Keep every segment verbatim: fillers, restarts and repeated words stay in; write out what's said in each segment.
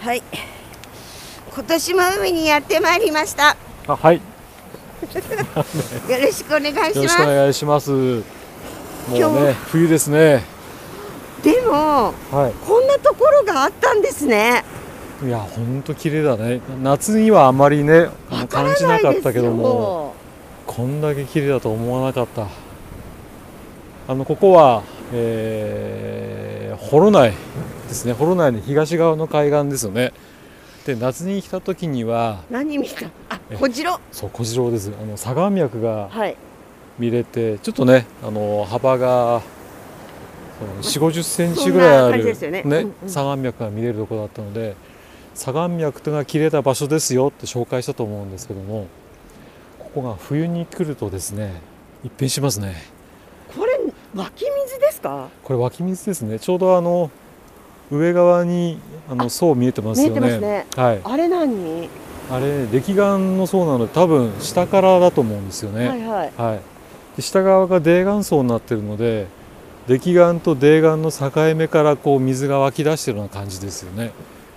はい、今年も海にやってまいりました。 あ、はい。よろしくお願いします。 よろしくお願いします。もうね、冬ですね。 でも、はい、こんなところがあったんですね。 いや、本当綺麗だね。夏にはあまりね、感じなかったけども、こんだけ綺麗だと思わなかった。あのここは、えー、幌内ですね。幌内の東側の海岸ですよね。で、夏に来た時には何見た？あ、小次郎。 そう、小次郎です。あの相模脈が見れて、はい、ちょっとね、あの幅がよんじゅう、ごじゅっセンチぐらいあるね、ね、うんうん、相模脈が見れるところだったので、相模脈というのが綺麗な場所ですよって紹介したと思うんですけども、ここが冬に来るとですね、一変しますね。 これ湧き水ですか？ これ湧き水ですね。ちょうどあの上側にあの層見えてますよね。 見えてますね。はい。あれ何？ あれ礫岩の層なので、多分下からだと思うんですよね。 はいはい。 はい。で、下側が泥岩層になっているので、礫岩と泥岩の境目からこう水が湧き出しているような感じですよね。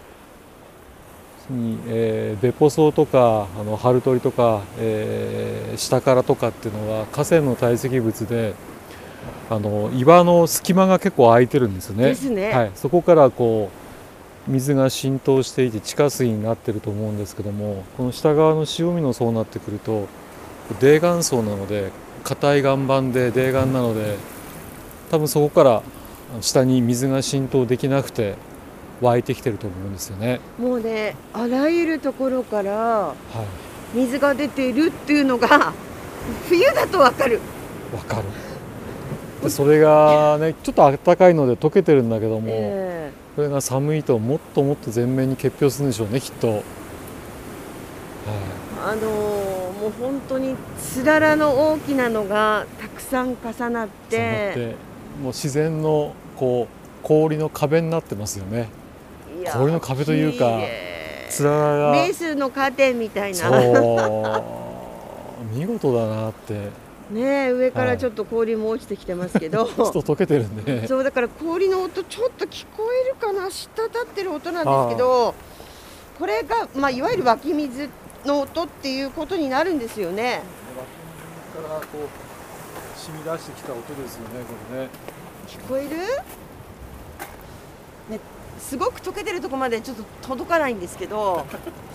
えー、ベポ層とかあのハルトリとか、えー、下からとかっていうのは河川の堆積物で、あの岩の隙間が結構空いてるんですよね。 ですね。 はい、そこからこう水が浸透していて地下水になってると思うんですけども、この下側の塩見の層になってくると泥岩層なので、硬い岩盤で泥岩なので、多分そこから下に水が浸透できなくて湧いてきてると思うんですよね。 もうね、あらゆるところから水が出ているっていうのが冬だとわかる。 わかる。でそれがね、ちょっと暖かいので溶けてるんだけども、えー、これが寒いともっともっと全面に結氷するんでしょうね、きっと。はい、 あのー、もう本当につららの大きなのがたくさん重なって、 もう自然のこう氷の壁になってますよね。氷の壁というか、つららがレースのカーテンみたいな。 そう見事だなって。 ね、上からちょっと氷も落ちてきてますけど、 はい、ちょっと溶けてるんで、 そうだから氷の音ちょっと聞こえるかな、滴ってる音なんですけど、これが、まあ、いわゆる湧き水の音っていうことになるんですよね。 湧き水からこう染み出してきた音ですよね、これね。 聞こえる？ね、すごく溶けてるところまでちょっと届かないんですけど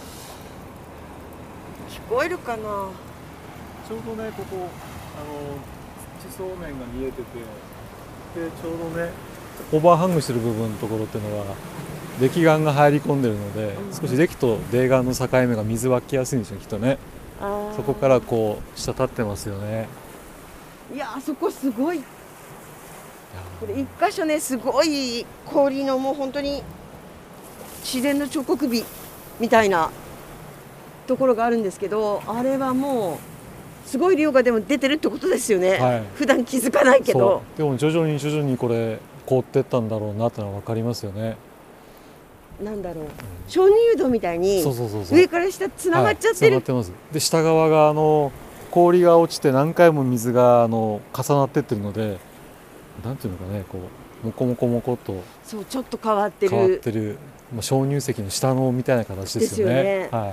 聞こえるかな。 ちょうどね、ここあの地層面が見えてて、でちょうどねオーバーハングしてる部分のところっていうのは礫岩が入り込んでるので、うん、少し礫と泥岩の境目が水湧きやすいんですよ、きっとね。そこからこう滴ってますよね。 いや、あそこすごい。これ一箇所ね、すごい氷のもう本当に自然の彫刻美みたいなところがあるんですけど、あれはもうすごい量がでも出てるってことですよね。はい、普段気づかないけど。 でも徐々に徐々にこれ凍ってったんだろうなってのは分かりますよね。 なんだろう、うん、鍾乳洞みたいに上から下つながっちゃってる。 はい、つながってます。で下側があの氷が落ちて何回も水があの重なってってるので、なんていうのかね、こうモコモコモコとそうちょっと変わってる変わってる、まあ、鍾乳石の下のみたいな形ですよね。ですよね。はい、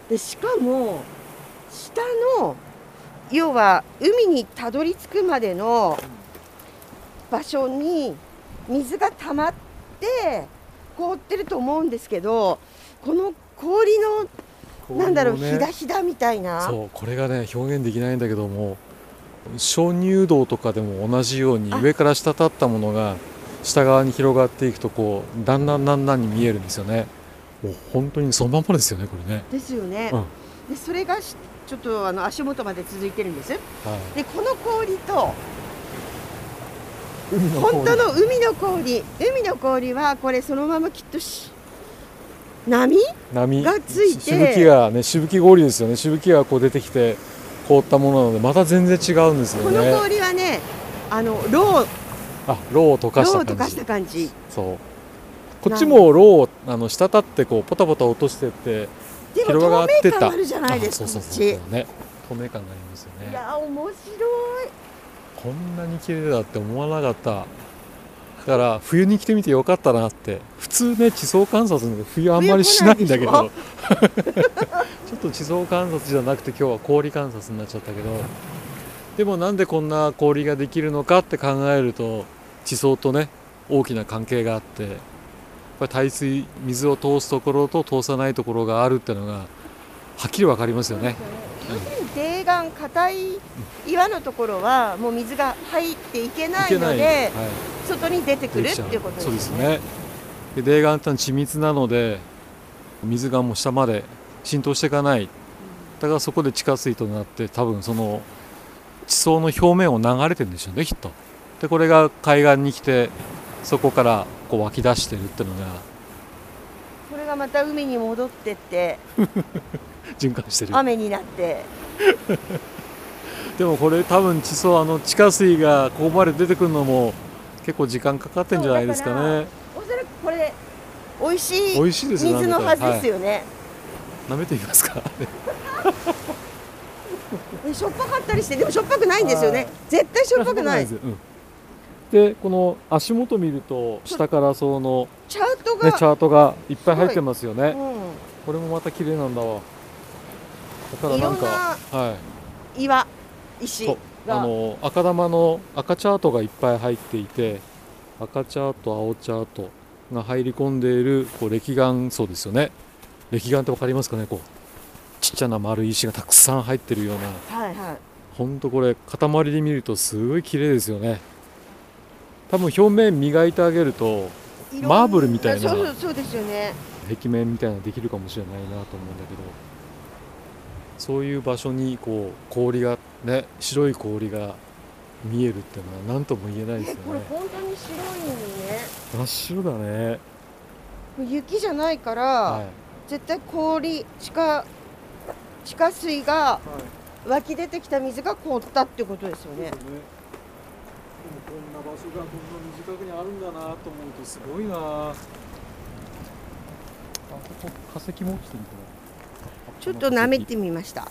でしかも下の要は海にたどり着くまでの場所に水が溜まって凍ってると思うんですけど、この氷のなんだろう、ひだひだみたいな、 そうこれがね表現できないんだけども、鍾乳洞とかでも同じように上から滴ったものが下側に広がっていくと、こうだんだんだんだんに見えるんですよね。もう本当にそのまんまですよね、これね。 ですよね。うん、でそれがちょっとあの足元まで続いてるんです。はい、でこの氷と本当の海の氷、海の氷はこれそのままきっとし波波がついて、 しぶきがね、しぶき氷ですよね。しぶきがこう出てきて凍ったものなので、また全然違うんですよね。 この氷はね、あのろうあろうを溶かした感じ。 ろうを溶かした感じ。 そうこっちもろうをあの滴ってこうポタポタ落としてって広がってた。 透明感あるじゃないですか。 そうそうそうそうね、透明感がありますよね。 いや面白い。 こんなに綺麗だって思わなかった。 だから冬に来てみてよかったなって。普通ね地層観察の冬あんまりしないんだけどちょっと地層観察じゃなくて今日は氷観察になっちゃったけど、でもなんでこんな氷ができるのかって考えると地層とね大きな関係があって、やっぱり耐水水を通すところと通さないところがあるっていうのがはっきり分かりますよね。 要するに泥岩硬い岩のところはもう水が入っていけないので、はい、外に出てくるっていうことですね。 そうですね。で泥岩って緻密なので水がもう下まで浸透していかない。だからそこで地下水となって多分その地層の表面を流れてるんでしょうねきっと。でこれが海岸に来てそこからこう湧き出してるっていうのが、 これがまた海に戻ってって循環してる。 雨になってでもこれ多分地層あの地下水がここまで出てくるのも結構時間かかってんじゃないですかね。 おそらくこれ美味しい水のはずですよね。 舐めてみますかしょっぱかったりして、でもしょっぱくないんですよね。絶対しょっぱくない。 でこの足元見ると下からそのチャートが、 ね、チャートがいっぱい入ってますよね。 うん、 これもまた綺麗なんだわ。だからなんかはい、 岩石があの赤玉の赤チャートがいっぱい入っていて、赤チャート青チャートが入り込んでいるこう礫岩層ですよね。礫岩って分かりますかね。こうちっちゃな丸い石がたくさん入ってるような、 はいはい、 ほんとこれ塊で見るとすごい綺麗ですよね。多分表面磨いてあげるとマーブルみたいな壁面みたいなのできるかもしれないなと思うんだけど、そういう場所にこう氷がね、白い氷が見えるっていうのは何とも言えないですよね。 これ本当に白いのにね。 真っ白だね。 雪じゃないから、はい、絶対氷地下地下水が湧き出てきた水が凍ったってことですよね。そうですね。でもこんな場所がこんな短くにあるんだなと思うとすごいな。あ、ここ化石も落ちてるから。 ちょっと舐めてみました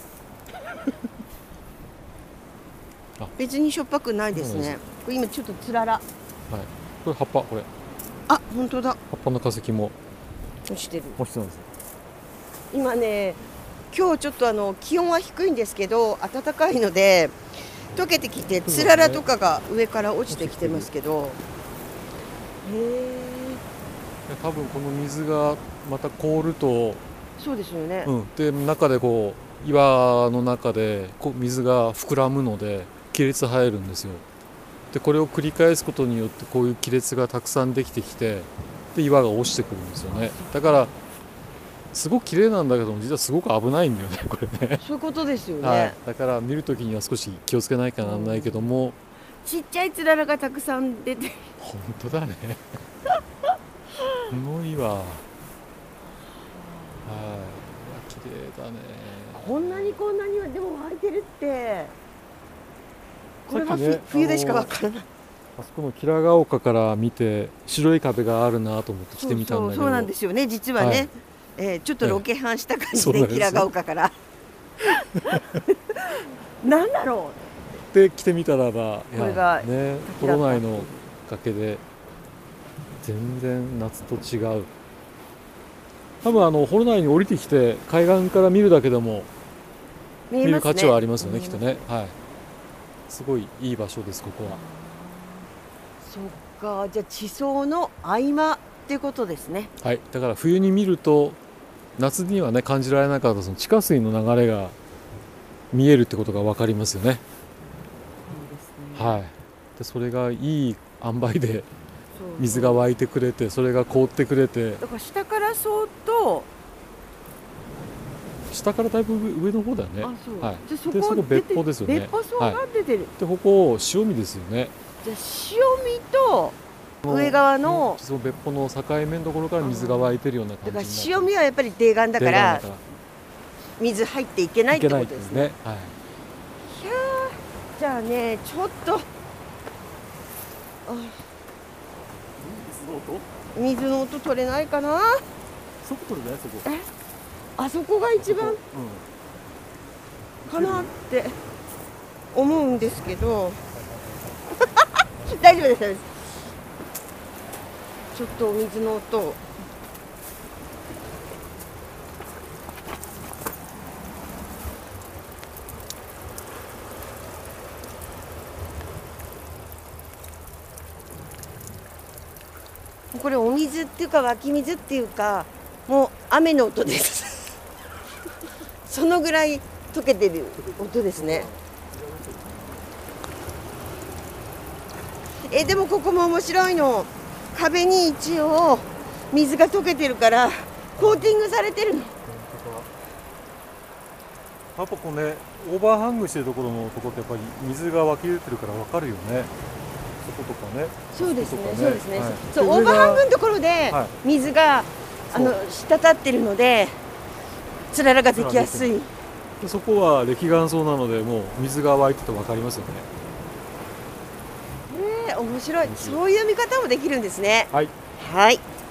別にしょっぱくないですね。これ今ちょっとつらら、はい、 これ葉っぱ、これあ、本当だ、 葉っぱの化石も落ちてる。 落ちてます。 今ね、今日ちょっとあの気温は低いんですけど暖かいので溶けてきてつららとかが上から落ちてきてますけど、へえ。 多分この水がまた凍ると、 そうですよね、 うん、で中でこう岩の中でこう水が膨らむので亀裂入るんですよ。でこれを繰り返すことによってこういう亀裂がたくさんできてきて、で岩が落ちてくるんですよね。だからすごく綺麗なんだけども実はすごく危ないんだよねこれね。 そういうことですよね、 はい、だから見るときには少し気をつけないかならないけども、うん、 ちっちゃいつららがたくさん出て本当だねすごいわ。はい、綺麗だね。 こんなにこんなにはでも湧いてるって、これは、ね、冬でしかわからない。 あそこのキラガ丘から見て白い壁があるなと思って来てみたんだけど、 そうそう、そうなんですよね実はね、はい、えー、ちょっとロケハンした感じで、ね、キラガ丘からなんだろうで来てみたらば、 これがね、幌内の崖で全然夏と違う。多分あの幌内に降りてきて海岸から見るだけでも見る価値はありますよね、きっとね。はい、すごいいい場所ですここは。 そっか、じゃあ地層の合間っていうことですね。 はい、だから冬に見ると夏にはね感じられなかったその地下水の流れが見えるってことが分かりますよね。そうですね。はい。でそれがいい塩梅で水が湧いてくれて、それが凍ってくれて。 だから下からそうと下からだいぶ上の方だよね。 あ、そう。 はい。 でそこでそこ別府ですよね。 別府層が出てる。はい、 でここ塩見ですよね。 じゃあ塩見と上側のその別府の境目のところから水が湧いてるような感じになって。 だから塩見はやっぱり泥岩だから水入っていけないってことですね。はい。いやー、じゃあねちょっと水の音取れないかな。 そこ取れないそこ。 え、あそこが一番、うん、かなって思うんですけど大丈夫です。 ちょっとお水の音。これお水っていうか湧き水っていうか、もう雨の音ですそのぐらい溶けてる音ですね。えでもここも面白いの、壁に一応水が溶けてるからコーティングされてるの。 やっぱこうね、オーバーハングしてるところのとこってやっぱり水が湧き出てるからわかるよね。そことかね。 そうですね、そうですね。そう、オーバーハングのところで水が、あの滴ってるので、つららができやすい。 そこは礫岩層なので、もう水が湧いててわかりますよね。 ええ、面白い。そういう見方もできるんですね。 はい。 はい。